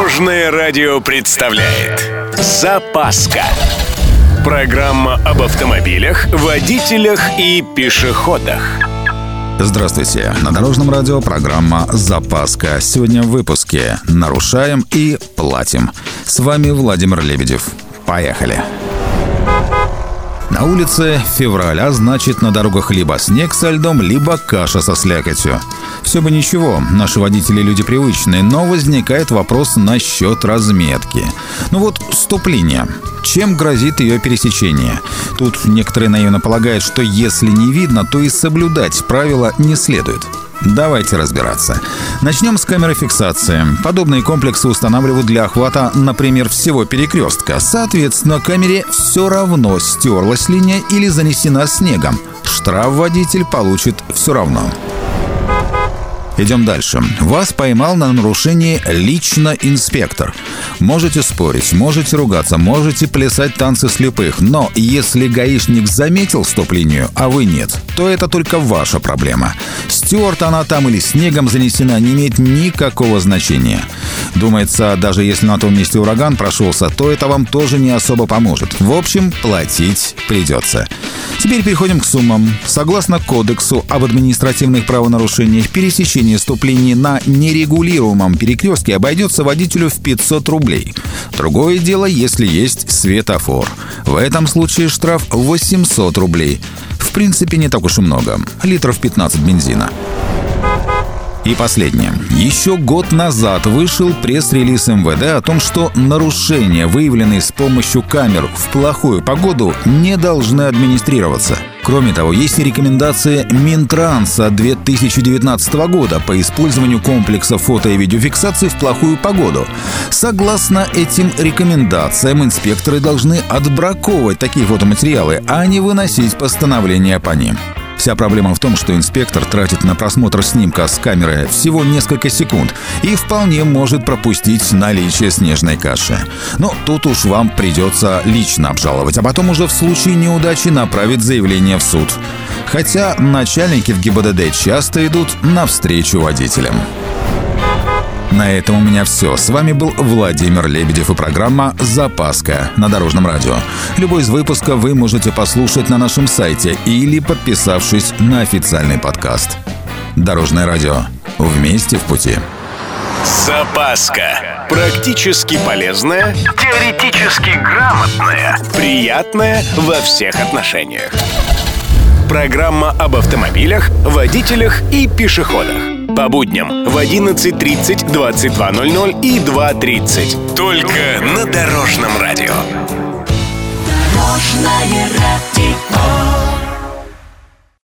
Дорожное радио представляет «Запаска». Программа об автомобилях, водителях и пешеходах. Здравствуйте. На Дорожном радио программа «Запаска». Сегодня в выпуске «Нарушаем и платим». С вами Владимир Лебедев. Поехали. На улице февраль, а значит, на дорогах либо снег со льдом, либо каша со слякотью. Все бы ничего, наши водители люди привычные, но возникает вопрос насчет разметки. Ну вот, стоп-линия. Чем грозит ее пересечение? Тут некоторые наивно полагают, что если не видно, то и соблюдать правила не следует. Давайте разбираться. Начнем с камеры фиксации. Подобные комплексы устанавливают для охвата, например, всего перекрестка. Соответственно, камере все равно стерлась линия или занесена снегом. Штраф водитель получит все равно. Идем дальше. Вас поймал на нарушении лично инспектор. Можете спорить, можете ругаться, можете плясать танцы слепых, но если гаишник заметил стоп-линию, а вы нет, то это только ваша проблема. Стерта она там или снегом занесена, не имеет никакого значения. Думается, даже если на том месте ураган прошелся, то это вам тоже не особо поможет. В общем, платить придется. Теперь переходим к суммам. Согласно Кодексу об административных правонарушениях, пересечение стоп-линии на нерегулируемом перекрестке обойдется водителю в 500 рублей. Другое дело, если есть светофор. В этом случае штраф 800 рублей. В принципе, не так уж и много. Литров 15 бензина. И последнее. Еще год назад вышел пресс-релиз МВД о том, что нарушения, выявленные с помощью камер в плохую погоду, не должны администрироваться. Кроме того, есть и рекомендации Минтранса 2019 года по использованию комплекса фото- и видеофиксации в плохую погоду. Согласно этим рекомендациям, инспекторы должны отбраковывать такие фотоматериалы, а не выносить постановления по ним. Вся проблема в том, что инспектор тратит на просмотр снимка с камеры всего несколько секунд и вполне может пропустить наличие снежной каши. Но тут уж вам придется лично обжаловать, а потом уже в случае неудачи направить заявление в суд. Хотя начальники в ГИБДД часто идут навстречу водителям. На этом у меня все. С вами был Владимир Лебедев и программа «Запаска» на Дорожном радио. Любой из выпусков вы можете послушать на нашем сайте или подписавшись на официальный подкаст. Дорожное радио. Вместе в пути. Запаска. Практически полезная, теоретически грамотная, приятная во всех отношениях. Программа об автомобилях, водителях и пешеходах. По будням в 11:30, 22:00 и 2:30. Только на Дорожном радио.